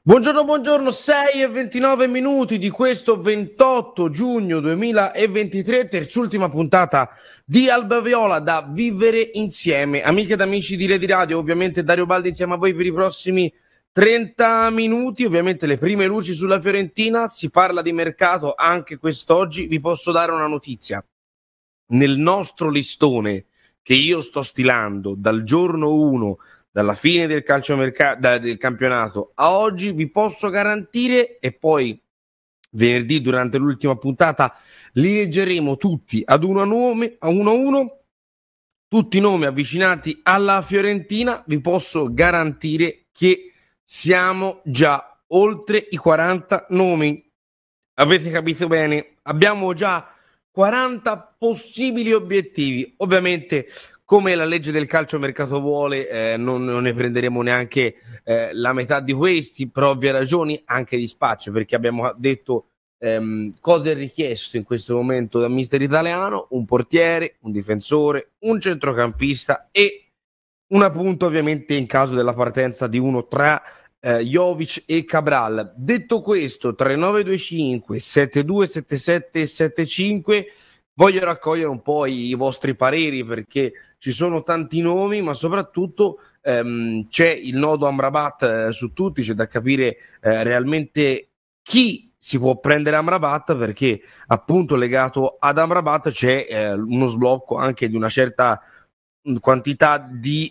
Buongiorno, buongiorno, 6 e 29 minuti di questo 28 giugno 2023, terz'ultima puntata di Alba Viola da vivere insieme. Amiche ed amici di Reti Radio, ovviamente Dario Baldi insieme a voi per i prossimi 30 minuti, ovviamente le prime luci sulla Fiorentina, si parla di mercato anche quest'oggi. Vi posso dare una notizia: nel nostro listone che io sto stilando dal giorno 1, dalla fine del del campionato a oggi, vi posso garantire, e poi venerdì durante l'ultima puntata li leggeremo tutti ad uno a uno, tutti i nomi avvicinati alla Fiorentina. Vi posso garantire che siamo già oltre i 40 nomi. Avete capito bene? Abbiamo già 40 possibili obiettivi. Ovviamente, come la legge del calciomercato vuole, non ne prenderemo neanche la metà di questi, per ovvie ragioni anche di spazio, perché abbiamo detto cosa è richiesto in questo momento dal mister italiano: un portiere, un difensore, un centrocampista e una punta, ovviamente, in caso della partenza di uno tra Jovic e Cabral. Detto questo, 3925 7277 75, voglio raccogliere un po' i vostri pareri, perché ci sono tanti nomi, ma soprattutto c'è il nodo Amrabat su tutti. C'è da capire realmente chi si può prendere Amrabat, perché appunto legato ad Amrabat c'è uno sblocco anche di una certa quantità di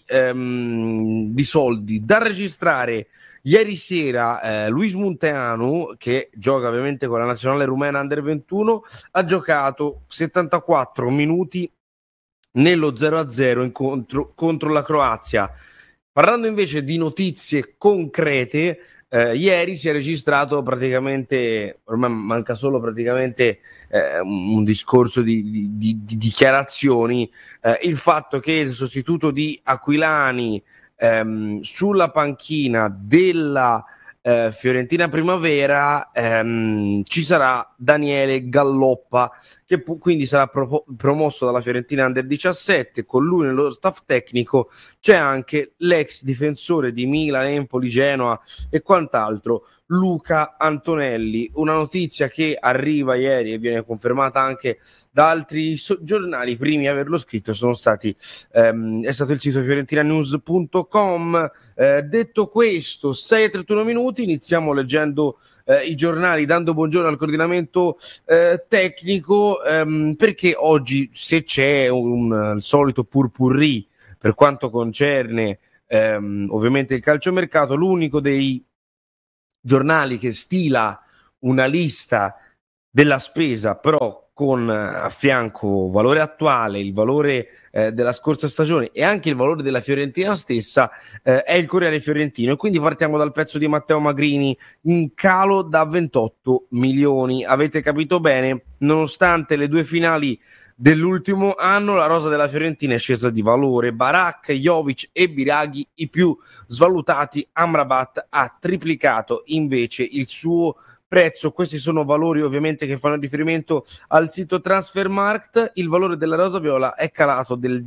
soldi da registrare. Ieri sera Luis Munteanu, che gioca ovviamente con la nazionale rumena Under 21, ha giocato 74 minuti nello 0-0 contro la Croazia. Parlando invece di notizie concrete, ieri si è registrato praticamente, ormai manca solo praticamente un discorso di dichiarazioni, il fatto che il sostituto di Aquilani sulla panchina della Fiorentina Primavera ci sarà Daniele Galloppa, che quindi sarà promosso dalla Fiorentina Under 17. Con lui nello staff tecnico c'è anche l'ex difensore di Milan, Empoli, Genoa e quant'altro, Luca Antonelli. Una notizia che arriva ieri e viene confermata anche da altri giornali. I primi a averlo scritto sono stati è stato il sito fiorentinanews.com. Detto questo, 6:31 minuti, iniziamo leggendo i giornali, dando buongiorno al coordinamento tecnico, perché oggi, se c'è il solito purpurri per quanto concerne ovviamente il calciomercato, l'unico dei giornali che stila una lista della spesa, però con a fianco valore attuale, il valore della scorsa stagione e anche il valore della Fiorentina stessa, è il Corriere Fiorentino. E quindi partiamo dal pezzo di Matteo Magrini: in calo da 28 milioni. Avete capito bene, nonostante le due finali dell'ultimo anno, la rosa della Fiorentina è scesa di valore. Barak, Jovic e Biraghi i più svalutati. Amrabat ha triplicato invece il suo prezzo. Questi sono valori ovviamente che fanno riferimento al sito Transfermarkt. Il valore della rosa viola è calato del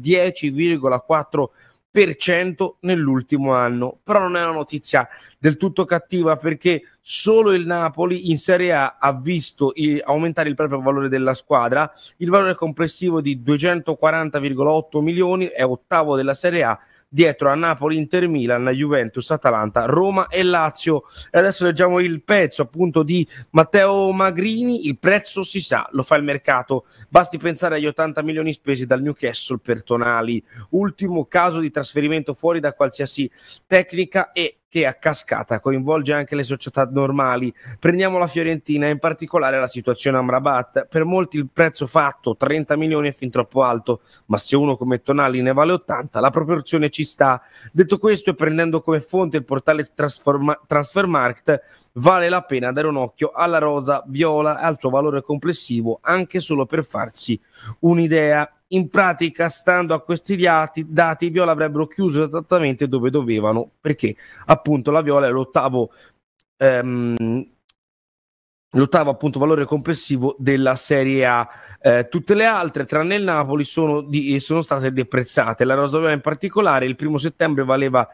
10,4% nell'ultimo anno, però non è una notizia del tutto cattiva, perché solo il Napoli in Serie A ha visto aumentare il proprio valore della squadra. Il valore complessivo di 240,8 milioni, è ottavo della Serie A, dietro a Napoli, Inter Milan, Juventus, Atalanta, Roma e Lazio. E adesso leggiamo il pezzo appunto di Matteo Magrini. Il prezzo si sa, lo fa il mercato, basti pensare agli 80 milioni spesi dal Newcastle per Tonali, ultimo caso di trasferimento fuori da qualsiasi tecnica e che a cascata coinvolge anche le società normali. Prendiamo la Fiorentina, in particolare la situazione Amrabat. Per molti il prezzo fatto, 30 milioni, è fin troppo alto, ma se uno come Tonali ne vale 80, la proporzione ci sta. Detto questo, e prendendo come fonte il portale Transfermarkt, vale la pena dare un occhio alla rosa viola e al suo valore complessivo, anche solo per farsi un'idea. In pratica, stando a questi dati, Viola avrebbero chiuso esattamente dove dovevano, perché appunto la Viola è l'ottavo l'ottavo appunto valore complessivo della Serie A. Tutte le altre, tranne il Napoli, sono state deprezzate. La Rosa in particolare il 1 settembre valeva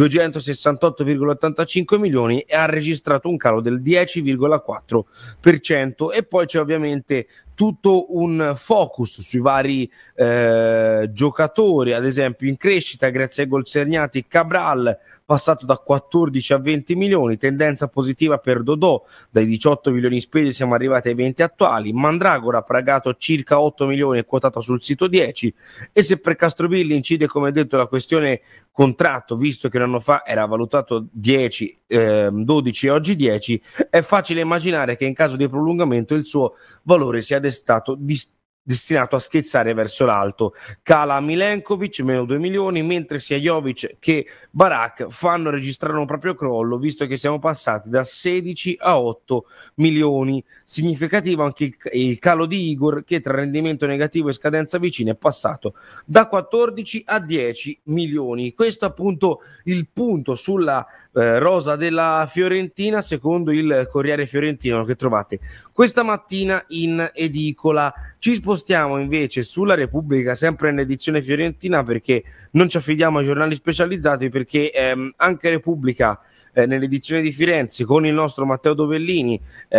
268,85 milioni e ha registrato un calo del 10,4%. E poi c'è ovviamente tutto un focus sui vari giocatori, ad esempio in crescita grazie ai gol segnati. Cabral passato da 14 a 20 milioni, tendenza positiva per Dodò, dai 18 milioni spesi siamo arrivati ai 20 attuali. Mandragora pagato circa 8 milioni e quotato sul sito 10, e se per Castrovilli incide come detto la questione contratto, visto che un anno fa era valutato 10, 12 e oggi 10, è facile immaginare che in caso di prolungamento il suo valore sia destato destinato a scherzare verso l'alto. Cala Milenkovic meno 2 milioni, mentre sia Jovic che Barak fanno registrare un proprio crollo, visto che siamo passati da 16 a 8 milioni. Significativo anche il calo di Igor, che tra rendimento negativo e scadenza vicina è passato da 14 a 10 milioni. Questo appunto il punto sulla rosa della Fiorentina secondo il Corriere Fiorentino, che trovate questa mattina in edicola. Ci spostiamo invece sulla Repubblica, sempre in edizione fiorentina, perché non ci affidiamo ai giornali specializzati, perché anche Repubblica nell'edizione di Firenze con il nostro Matteo Dovellini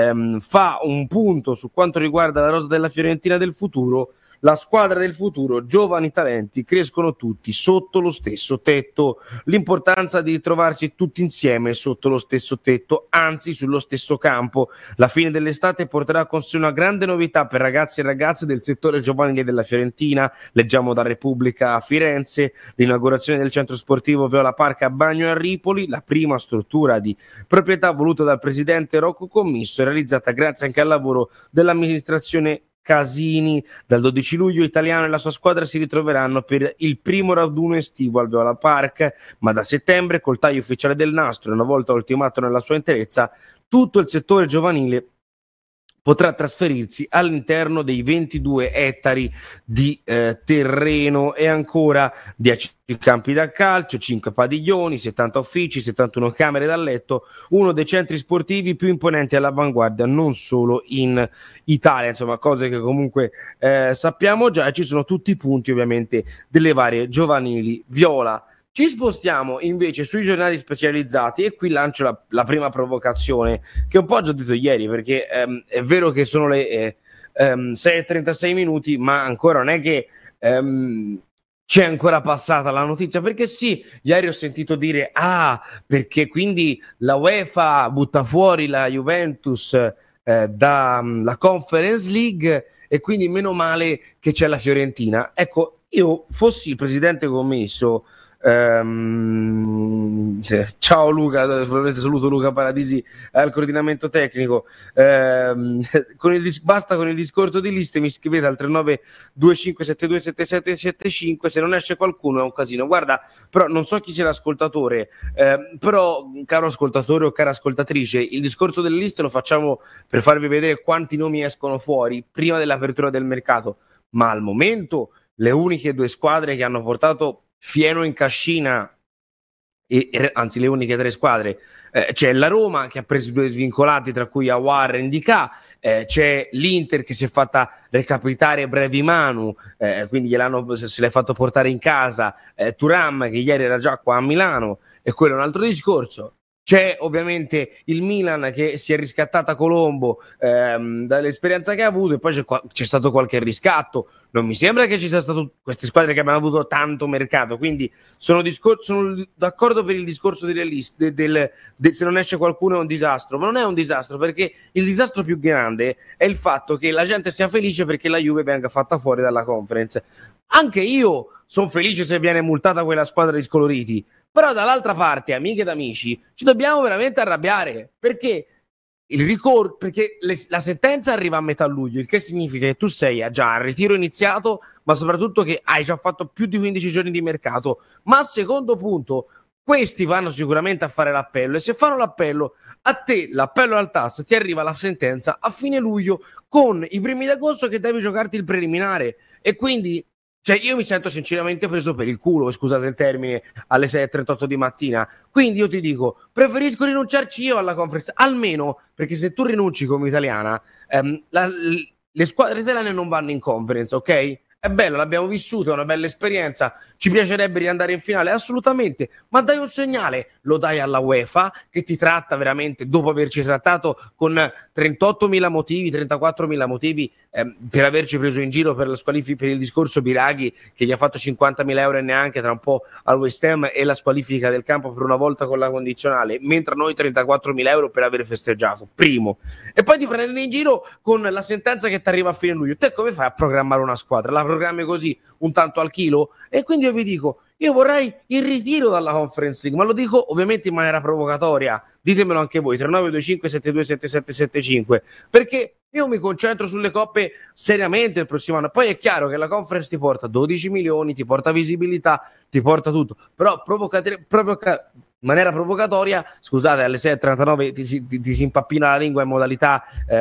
fa un punto su quanto riguarda la rosa della Fiorentina del futuro. La squadra del futuro, giovani talenti, crescono tutti sotto lo stesso tetto. L'importanza di ritrovarsi tutti insieme sotto lo stesso tetto, anzi sullo stesso campo. La fine dell'estate porterà con sé una grande novità per ragazzi e ragazze del settore giovanile della Fiorentina. Leggiamo da Repubblica a Firenze: l'inaugurazione del centro sportivo Viola Park a Bagno a Ripoli, la prima struttura di proprietà voluta dal presidente Rocco Commisso e realizzata grazie anche al lavoro dell'amministrazione Casini. Dal 12 luglio Italiano e la sua squadra si ritroveranno per il primo raduno estivo al Viola Park, ma da settembre, col taglio ufficiale del nastro e una volta ultimato nella sua interezza, tutto il settore giovanile potrà trasferirsi all'interno dei 22 ettari di terreno, e ancora 10 campi da calcio, 5 padiglioni, 70 uffici, 71 camere da letto, uno dei centri sportivi più imponenti all'avanguardia non solo in Italia. Insomma, cose che comunque sappiamo già, e ci sono tutti i punti ovviamente delle varie giovanili viola. Ci spostiamo invece sui giornali specializzati, e qui lancio la prima provocazione, che un po' ho già detto ieri, perché è vero che sono le 6:36 minuti, ma ancora non è che c'è ancora passata la notizia, perché sì, ieri ho sentito dire perché quindi la UEFA butta fuori la Juventus dalla Conference League, e quindi meno male che c'è la Fiorentina. Ecco, io fossi il presidente commesso, ciao Luca, saluto Luca Paradisi al coordinamento tecnico, basta con il discorso di liste, mi scrivete al 3925727775, se non esce qualcuno è un casino. Guarda, però non so chi sia l'ascoltatore, però caro ascoltatore o cara ascoltatrice, il discorso delle liste lo facciamo per farvi vedere quanti nomi escono fuori prima dell'apertura del mercato, ma al momento le uniche 2 squadre che hanno portato fieno in cascina, anzi le uniche 3 squadre, c'è la Roma che ha preso 2 svincolati, tra cui Aouar e Ndicà, c'è l'Inter che si è fatta recapitare Brevi Manu, quindi se l'è fatto portare in casa, Thuram che ieri era già qua a Milano, e quello è un altro discorso. C'è ovviamente il Milan che si è riscattata Colombo dall'esperienza che ha avuto, e poi c'è stato qualche riscatto. Non mi sembra che ci sia stato queste squadre che abbiano avuto tanto mercato, quindi sono d'accordo per il discorso delle liste, se non esce qualcuno è un disastro, ma non è un disastro, perché il disastro più grande è il fatto che la gente sia felice perché la Juve venga fatta fuori dalla Conference. Anche io sono felice se viene multata quella squadra di scoloriti, però dall'altra parte, amiche ed amici, ci dobbiamo veramente arrabbiare, perché la sentenza arriva a metà luglio, il che significa che tu sei già al ritiro iniziato, ma soprattutto che hai già fatto più di 15 giorni di mercato. Ma al secondo punto, questi vanno sicuramente a fare l'appello, e se fanno l'appello, a te l'appello al TAS ti arriva la sentenza a fine luglio, con i primi d'agosto che devi giocarti il preliminare, e quindi Cioè io mi sento sinceramente preso per il culo, scusate il termine, alle 6:38 di mattina. Quindi io ti dico, preferisco rinunciarci io alla conference, almeno perché se tu rinunci come italiana, le squadre italiane non vanno in conference, ok? È bello, l'abbiamo vissuto, è una bella esperienza, ci piacerebbe riandare in finale, assolutamente, ma dai un segnale, lo dai alla UEFA che ti tratta veramente, dopo averci trattato con 38.000 motivi, 34.000 motivi per averci preso in giro per per il discorso Biraghi che gli ha fatto 50.000 euro e neanche tra un po' al West Ham e la squalifica del campo per una volta con la condizionale, mentre noi 34.000 euro per aver festeggiato, primo. E poi ti prendete in giro con la sentenza che ti arriva a fine luglio. Te come fai a programmare una squadra? La programmi così, un tanto al chilo? E quindi io vi dico, io vorrei il ritiro dalla Conference League, ma lo dico ovviamente in maniera provocatoria. Ditemelo anche voi, 3925 727775, perché io mi concentro sulle coppe seriamente il prossimo anno. Poi è chiaro che la Conference ti porta 12 milioni, ti porta visibilità, ti porta tutto, però in maniera provocatoria, scusate, alle 6:39 ti si impappina la lingua in modalità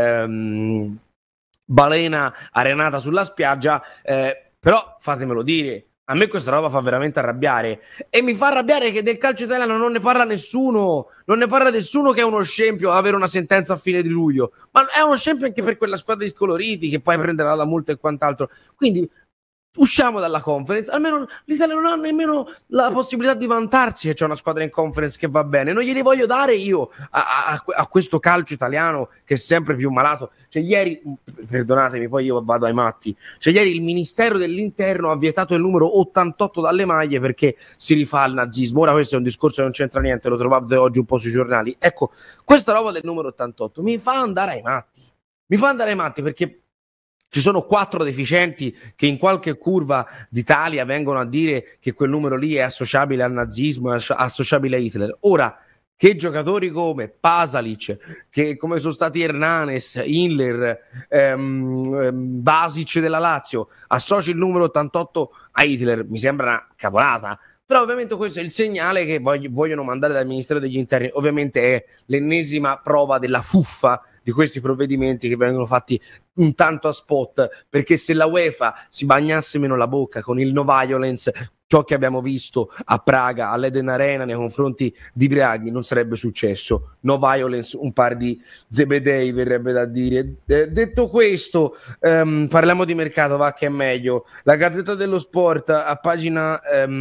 balena arenata sulla spiaggia, però fatemelo dire, a me questa roba fa veramente arrabbiare, e mi fa arrabbiare che del calcio italiano non ne parla nessuno che è uno scempio avere una sentenza a fine di luglio, ma è uno scempio anche per quella squadra di scoloriti che poi prenderà la multa e quant'altro. Quindi usciamo dalla conference, almeno l'Italia non ha nemmeno la possibilità di vantarsi che c'è una squadra in conference che va bene, non glieli voglio dare io a questo calcio italiano che è sempre più malato. Cioè ieri, perdonatemi, poi io vado ai matti, cioè ieri il Ministero dell'Interno ha vietato il numero 88 dalle maglie perché si rifà al nazismo. Ora questo è un discorso che non c'entra niente, lo trovate oggi un po' sui giornali. Ecco, questa roba del numero 88 mi fa andare ai matti perché ci sono 4 deficienti che in qualche curva d'Italia vengono a dire che quel numero lì è associabile al nazismo, è associabile a Hitler. Ora, che giocatori come Pasalic, che come sono stati Hernanes, Inler, Basic della Lazio, associ il numero 88 a Hitler, mi sembra una cavolata. Però ovviamente questo è il segnale che vogliono mandare dal Ministero degli Interni. Ovviamente è l'ennesima prova della fuffa di questi provvedimenti che vengono fatti un tanto a spot, perché se la UEFA si bagnasse meno la bocca con il no violence, ciò che abbiamo visto a Praga, all'Eden Arena nei confronti di Biraghi, non sarebbe successo. No violence, un par di zebedei, verrebbe da dire. Detto questo, parliamo di mercato, va che è meglio. La Gazzetta dello Sport a pagina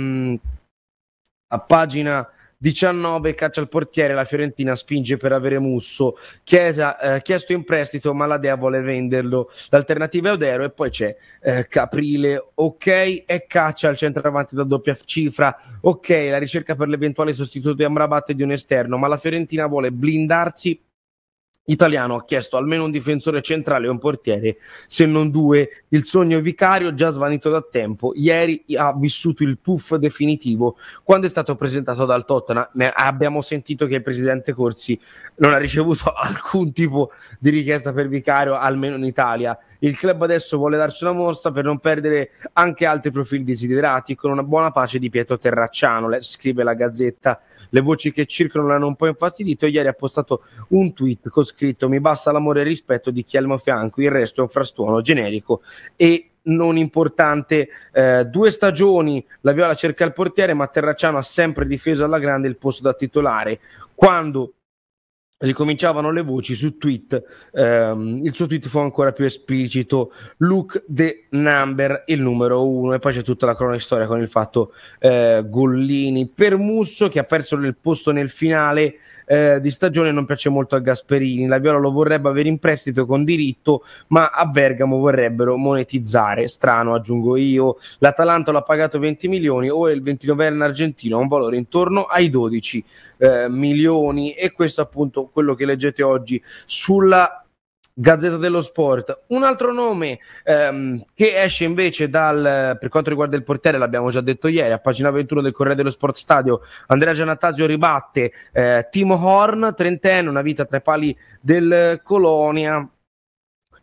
19, caccia al portiere, la Fiorentina spinge per avere Musso, Chiesa chiesto in prestito ma la Dea vuole venderlo, l'alternativa è Odero, e poi c'è Caprile, ok, e caccia al centravanti da doppia cifra, ok, la ricerca per l'eventuale sostituto di Amrabat e di un esterno, ma la Fiorentina vuole blindarsi. Italiano ha chiesto almeno un difensore centrale e un portiere, se non 2. Il sogno vicario già svanito da tempo. Ieri ha vissuto il puff definitivo quando è stato presentato dal Tottenham. Abbiamo sentito che il presidente Corsi non ha ricevuto alcun tipo di richiesta per vicario, almeno in Italia. Il club adesso vuole darci una mossa per non perdere anche altri profili desiderati, con una buona pace di Pietro Terracciano, scrive la Gazzetta. Le voci che circolano l'hanno un po' infastidito. Ieri ha postato un tweet con scritto: mi basta l'amore e il rispetto di chi è al mio fianco, il resto è un frastuono generico e non importante. 2 stagioni la Viola cerca il portiere, ma Terracciano ha sempre difeso alla grande il posto da titolare. Quando ricominciavano le voci su tweet, il suo tweet fu ancora più esplicito: look the number, il numero 1. E poi c'è tutta la cronistoria con il fatto Gollini per Musso, che ha perso il posto nel finale di stagione. Non piace molto a Gasperini, la Viola lo vorrebbe avere in prestito con diritto, ma a Bergamo vorrebbero monetizzare. Strano, aggiungo io. L'Atalanta l'ha pagato 20 milioni, o il 29enne argentino ha un valore intorno ai 12 milioni, e questo appunto quello che leggete oggi sulla Gazzetta dello Sport. Un altro nome che esce invece per quanto riguarda il portiere, l'abbiamo già detto ieri, a pagina 21 del Corriere dello Sport Stadio, Andrea Giannattasio ribatte Timo Horn, 30enne, una vita tra i pali del Colonia.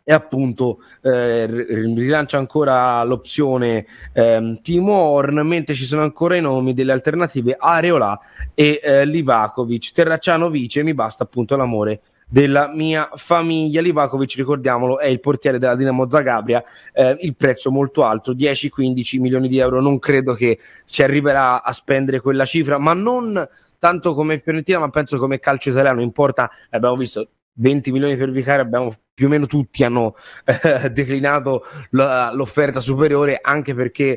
e appunto rilancia ancora l'opzione Timo Horn, mentre ci sono ancora i nomi delle alternative Areola e Livakovic. Terracciano mi basta appunto l'amore della mia famiglia. Livakovic, ricordiamolo, è il portiere della Dinamo Zagabria, il prezzo molto alto, 10-15 milioni di euro. Non credo che si arriverà a spendere quella cifra, ma non tanto come Fiorentina, ma penso come calcio italiano. Importa, abbiamo visto 20 milioni per Vicario, abbiamo più o meno tutti hanno declinato l'offerta superiore, anche perché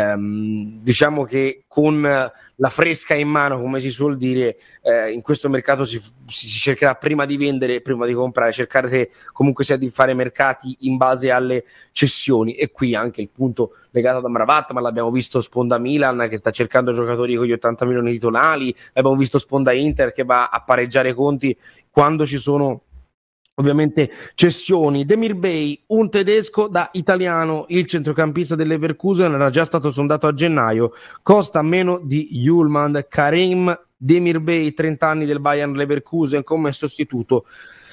diciamo che con la fresca in mano, come si suol dire, in questo mercato si cercherà prima di vendere, prima di comprare, cercare comunque sia di fare mercati in base alle cessioni. E qui anche il punto legato ad Amrabat, ma l'abbiamo visto Sponda Milan che sta cercando giocatori con gli 80 milioni di tonali, l'abbiamo visto Sponda Inter che va a pareggiare conti quando ci sono ovviamente cessioni. Demir Bay, un tedesco da italiano, il centrocampista dell'Leverkusen, era già stato sondato a gennaio, costa meno di Hjulmand. Karim Demir Bay, 30 anni, del Bayern Leverkusen, come sostituto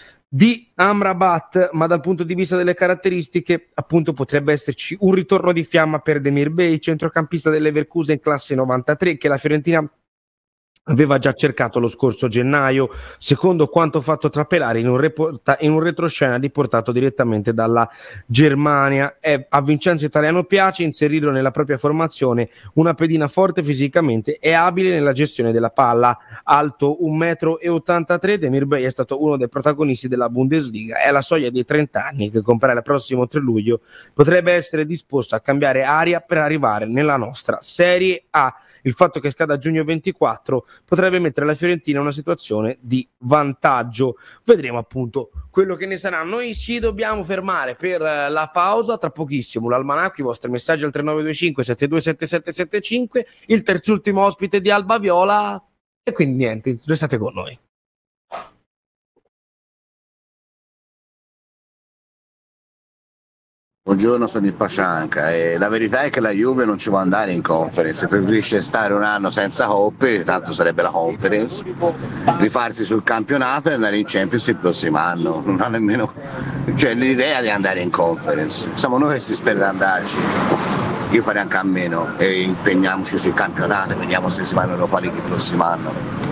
di Amrabat, ma dal punto di vista delle caratteristiche appunto potrebbe esserci un ritorno di fiamma per Demir Bay, centrocampista del Leverkusen classe 93, che la Fiorentina aveva già cercato lo scorso gennaio, secondo quanto fatto trapelare in un retroscena riportato direttamente dalla Germania. A Vincenzo Italiano piace inserirlo nella propria formazione, una pedina forte fisicamente e abile nella gestione della palla. Alto 1,83 m, Demir Bay è stato uno dei protagonisti della Bundesliga, è alla soglia dei 30 anni che compare il prossimo 3 luglio, potrebbe essere disposto a cambiare aria per arrivare nella nostra Serie A. Il fatto che scada a giugno 24 potrebbe mettere la Fiorentina in una situazione di vantaggio. Vedremo appunto quello che ne sarà. Noi ci dobbiamo fermare per la pausa, tra pochissimo l'almanacco, i vostri messaggi al 3925 727775, il terzultimo ospite di Alba Viola, e quindi niente, restate con noi. Buongiorno, sono il Pacianca e la verità è che la Juve non ci può andare in Conference, preferisce stare un anno senza coppe, tanto sarebbe la Conference, rifarsi sul campionato e andare in Champions il prossimo anno. Non ha nemmeno l'idea di andare in Conference, siamo noi che si spera di andarci. Io farei anche a meno e impegniamoci sul campionato e vediamo se si va in Europa League il prossimo anno.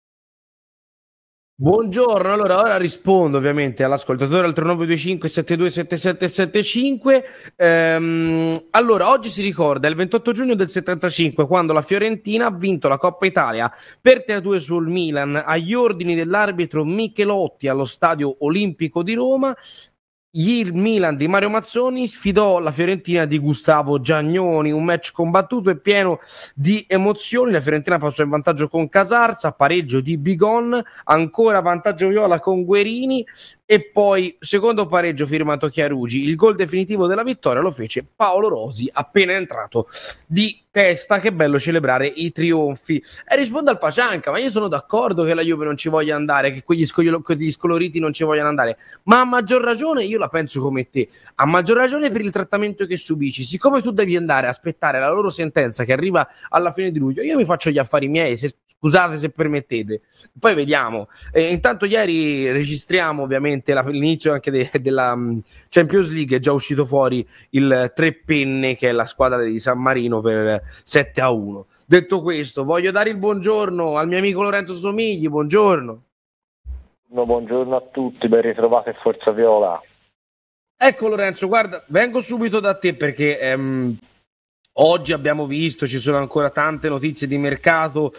Buongiorno, allora ora rispondo ovviamente all'ascoltatore al 3925 727775. Allora, oggi si ricorda il 28 giugno del 75, quando la Fiorentina ha vinto la Coppa Italia per 3-2 sul Milan agli ordini dell'arbitro Michelotti allo Stadio Olimpico di Roma. Il Milan di Mario Mazzoni sfidò la Fiorentina di Gustavo Giagnoni, un match combattuto e pieno di emozioni. La Fiorentina passò in vantaggio con Casarza, pareggio di Bigon, ancora vantaggio viola con Guerini e poi secondo pareggio firmato Chiarugi. Il gol definitivo della vittoria lo fece Paolo Rosi appena entrato di testa. Che bello celebrare i trionfi. E rispondo al Pacianca, ma io sono d'accordo che la Juve non ci voglia andare, che quegli scoloriti non ci vogliano andare, ma a maggior ragione io la penso come te, a maggior ragione per il trattamento che subisci. Siccome tu devi andare a aspettare la loro sentenza che arriva alla fine di luglio, io mi faccio gli affari miei, scusate se permettete, poi vediamo. Intanto ieri registriamo ovviamente l'inizio anche della Champions League. È già uscito fuori il Tre Penne, che è la squadra di San Marino, per 7-1. Detto questo, voglio dare il buongiorno al mio amico Lorenzo Somigli. Buongiorno. Buongiorno a tutti, ben ritrovati Forza Viola. Ecco Lorenzo, guarda, vengo subito da te perché oggi abbiamo visto, ci sono ancora tante notizie di mercato,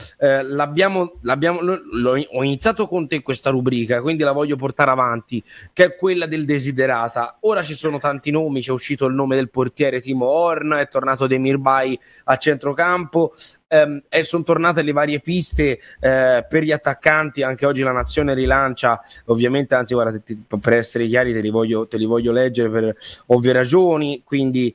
ho iniziato con te questa rubrica, quindi la voglio portare avanti, che è quella del desiderata. Ora ci sono tanti nomi, c'è uscito il nome del portiere Timo Horn, è tornato Demir Bay a centrocampo, e sono tornate le varie piste per gli attaccanti. Anche oggi la Nazione rilancia, ovviamente, anzi guarda, per essere chiari te li voglio leggere per ovvie ragioni, quindi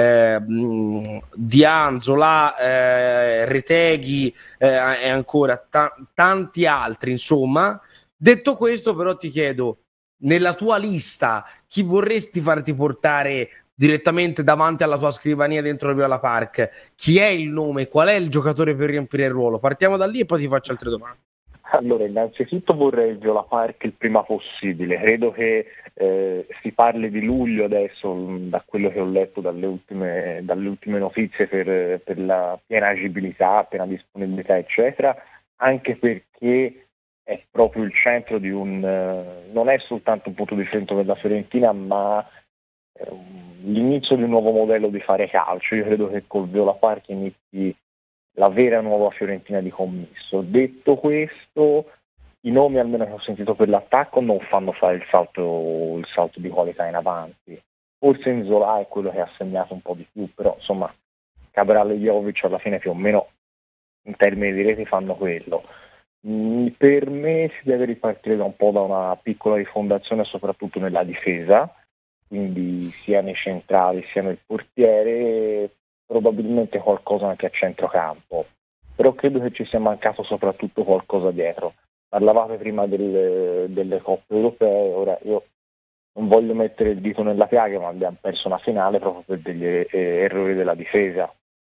Dian, Zola, Reteghi e ancora tanti altri, insomma. Detto questo, però, ti chiedo, nella tua lista chi vorresti farti portare direttamente davanti alla tua scrivania dentro il Viola Park? Chi è il nome? Qual è il giocatore per riempire il ruolo? Partiamo da lì e poi ti faccio altre domande. Allora, innanzitutto vorrei il Viola Park il prima possibile. Credo che si parli di luglio adesso, da quello che ho letto dalle ultime notizie per la piena agibilità, piena disponibilità, eccetera, anche perché è proprio il centro di non è soltanto un punto di riferimento per la Fiorentina, ma l'inizio di un nuovo modello di fare calcio. Io credo che col Viola Park inizi la vera nuova Fiorentina di Commisso. Detto questo, i nomi almeno che ho sentito per l'attacco non fanno fare il salto di qualità in avanti. Forse Nzola è quello che ha segnato un po' di più, però insomma Cabral e Jovic alla fine più o meno in termini di reti fanno quello. Per me si deve ripartire da una piccola rifondazione soprattutto nella difesa, quindi sia nei centrali sia nel portiere, probabilmente qualcosa anche a centrocampo, però credo che ci sia mancato soprattutto qualcosa dietro. Parlavate prima delle coppe europee, ora io non voglio mettere il dito nella piaga, ma abbiamo perso una finale proprio per degli errori della difesa,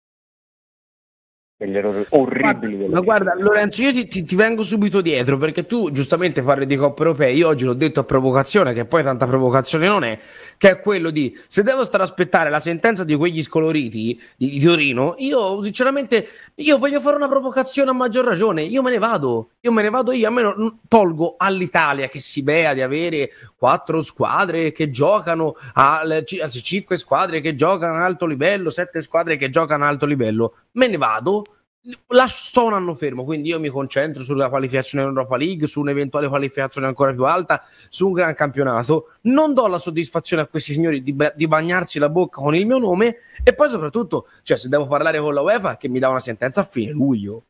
degli errori orribili della difesa. Guarda, Lorenzo, io ti vengo subito dietro, perché tu giustamente parli di coppe europee. Io oggi l'ho detto a provocazione, che poi tanta provocazione non è, che è quello di, se devo stare a aspettare la sentenza di quegli scoloriti di Torino, io sinceramente io voglio fare una provocazione a maggior ragione. Io me ne vado, almeno tolgo all'Italia, che si bea di avere 4 squadre che giocano anzi 5 squadre che giocano a alto livello, 7 squadre che giocano a alto livello, me ne vado, sto un anno fermo, quindi io mi concentro sulla qualificazione in Europa League, su un'eventuale qualificazione ancora più alta, su un gran campionato. Non do la soddisfazione a questi signori di bagnarsi la bocca con il mio nome, e poi soprattutto, cioè, se devo parlare con la UEFA, che mi dà una sentenza a fine luglio.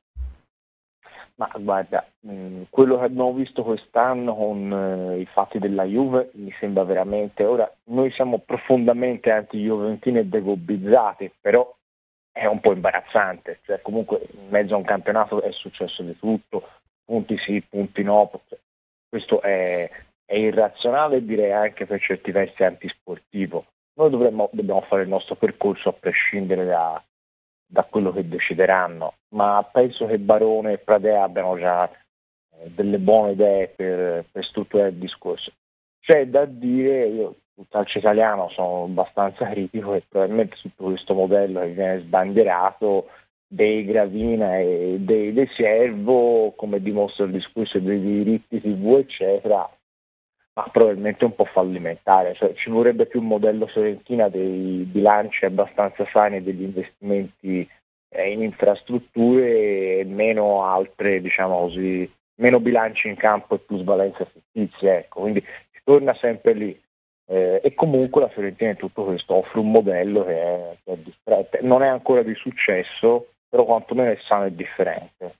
Ma guarda, quello che abbiamo visto quest'anno con i fatti della Juve mi sembra veramente, ora noi siamo profondamente anti-juventini e degobizzati, però è un po' imbarazzante, cioè comunque in mezzo a un campionato è successo di tutto, punti sì, punti no, questo è irrazionale e direi anche per certi versi antisportivo. Noi dobbiamo fare il nostro percorso a prescindere da quello che decideranno, ma penso che Barone e Pradea abbiano già delle buone idee per strutturare il discorso. C'è da dire, io sul calcio italiano sono abbastanza critico, e probabilmente tutto questo modello che viene sbandierato dei Gravina e dei Servo, come dimostra il discorso dei diritti TV eccetera, ma probabilmente un po' fallimentare, cioè ci vorrebbe più un modello Fiorentina dei bilanci abbastanza sani e degli investimenti in infrastrutture e meno altre, diciamo così, meno bilanci in campo e plusvalenza fittizia, ecco, quindi si torna sempre lì. E comunque la Fiorentina in tutto questo offre un modello che è distretto, non è ancora di successo, però quantomeno è sano e differente.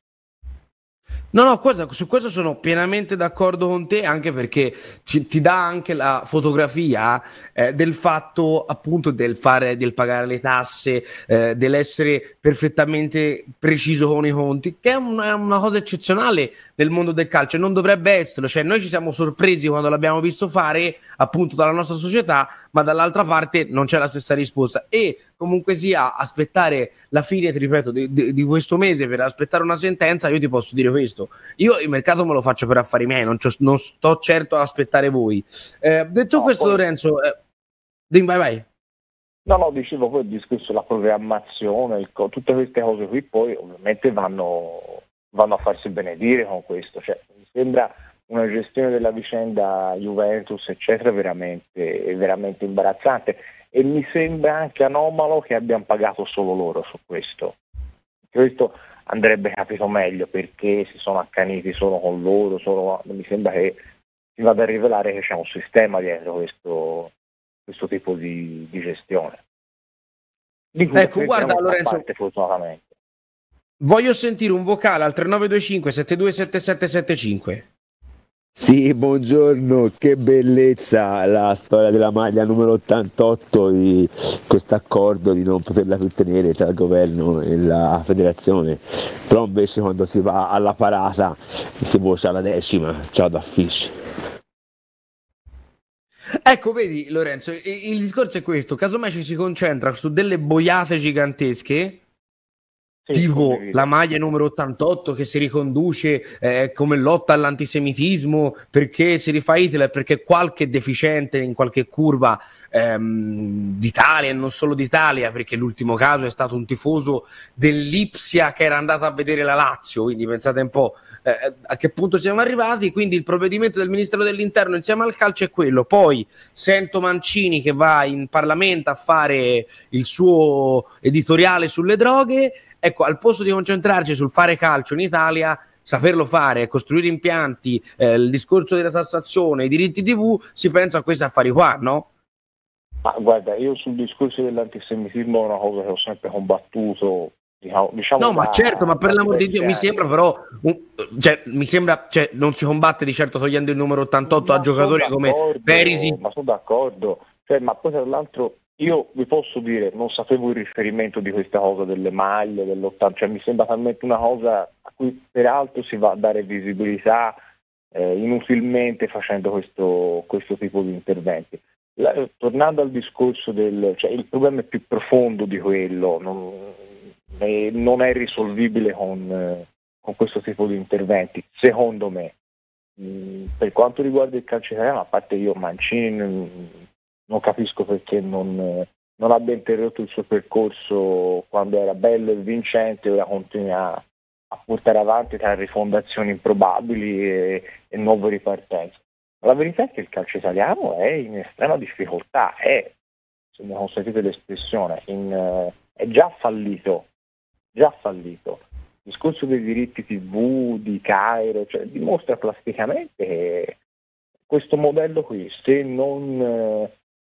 No, su questo sono pienamente d'accordo con te, anche perché ti dà anche la fotografia del fatto appunto del pagare le tasse, dell'essere perfettamente preciso con i conti, che è una cosa eccezionale nel mondo del calcio, e non dovrebbe esserlo. Cioè, noi ci siamo sorpresi quando l'abbiamo visto fare appunto dalla nostra società, ma dall'altra parte non c'è la stessa risposta. E comunque sia, aspettare la fine, ti ripeto, di questo mese per aspettare una sentenza, io ti posso dire questo: io il mercato me lo faccio per affari miei, non sto certo ad aspettare voi. Detto No, questo, poi, Lorenzo, vai. no, dicevo poi il discorso, la programmazione, tutte queste cose qui poi ovviamente vanno a farsi benedire con questo, cioè, mi sembra una gestione della vicenda Juventus eccetera veramente imbarazzante, e mi sembra anche anomalo che abbiano pagato solo loro su questo. Questo andrebbe capito meglio, perché si sono accaniti solo con loro, mi sembra che si vada a rivelare che c'è un sistema dietro questo tipo di gestione. Di cui Ecco, guarda Lorenzo, parte, fortunatamente. voglio sentire un vocale al 3925 727775. Sì, buongiorno, che bellezza la storia della maglia numero 88, di questo accordo di non poterla più tenere tra il governo e la federazione, però invece quando si va alla parata si vocia la 10ª. Ciao da Fish. Ecco, vedi Lorenzo, il discorso è questo: casomai ci si concentra su delle boiate gigantesche, tipo la maglia numero 88 che si riconduce come lotta all'antisemitismo perché si rifà Hitler, perché qualche deficiente in qualche curva d'Italia e non solo d'Italia, perché l'ultimo caso è stato un tifoso dell'Ipsia che era andato a vedere la Lazio, quindi pensate un po' a che punto siamo arrivati. Quindi il provvedimento del Ministero dell'Interno insieme al calcio è quello. Poi sento Mancini che va in Parlamento a fare il suo editoriale sulle droghe. Ecco, al posto di concentrarci sul fare calcio in Italia, saperlo fare, costruire impianti, il discorso della tassazione, i diritti TV, si pensa a questi affari qua, no? Ma guarda, io sul discorso dell'antisemitismo è una cosa che ho sempre combattuto. Diciamo no, ma certo, ma per l'amor di Dio, mi sembra però, non si combatte di certo togliendo il numero 88 a giocatori come Perisic. Ma sono d'accordo, ma poi tra l'altro io vi posso dire, non sapevo il riferimento di questa cosa delle maglie, dell'80, mi sembra talmente una cosa a cui peraltro si va a dare visibilità inutilmente facendo questo tipo di interventi. Tornando al discorso il problema è più profondo di quello, non è risolvibile con questo tipo di interventi, secondo me. Per quanto riguarda il calcio italiano, a parte io Mancini non capisco perché non abbia interrotto il suo percorso quando era bello e vincente, ora continua a portare avanti tra rifondazioni improbabili e nuove ripartenze. Ma la verità è che il calcio italiano è in estrema difficoltà, se mi consentite l'espressione, è già fallito. Il discorso dei diritti TV, di Cairo, dimostra plasticamente che questo modello qui, se non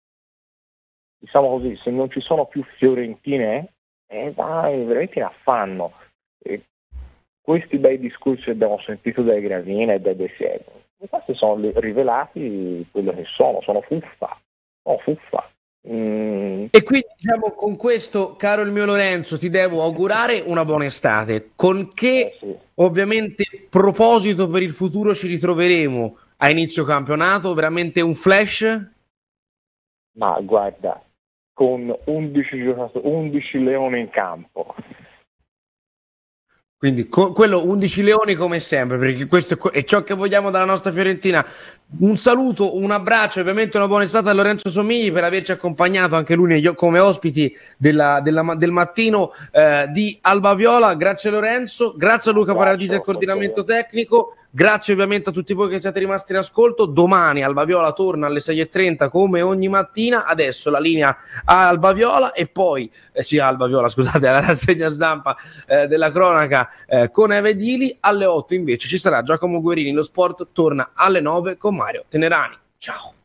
ci sono più fiorentine, va veramente in affanno. Questi bei discorsi che abbiamo sentito dai Gravina e dai De Siego, questi sono rivelati quello che sono fuffa. E quindi diciamo con questo, caro il mio Lorenzo, ti devo augurare una buona estate, con che ovviamente proposito per il futuro ci ritroveremo a inizio campionato, veramente un flash? Ma guarda, con 11 leoni in campo. Quindi quello 11 leoni come sempre, perché questo è ciò che vogliamo dalla nostra Fiorentina. Un saluto, un abbraccio, ovviamente una buona estate a Lorenzo Somigli per averci accompagnato anche lui come ospiti del mattino di Alba Viola. Grazie Lorenzo, grazie a Luca Paradisi al coordinamento tecnico, grazie ovviamente a tutti voi che siete rimasti in ascolto. Domani Alba Viola torna alle 6:30 come ogni mattina. Adesso la linea a Alba Viola e poi Alba Viola, scusate, alla rassegna stampa della cronaca con Eve Dili. Alle 8 invece ci sarà Giacomo Guerini, lo sport torna alle 9 con Mario Tenerani. Ciao.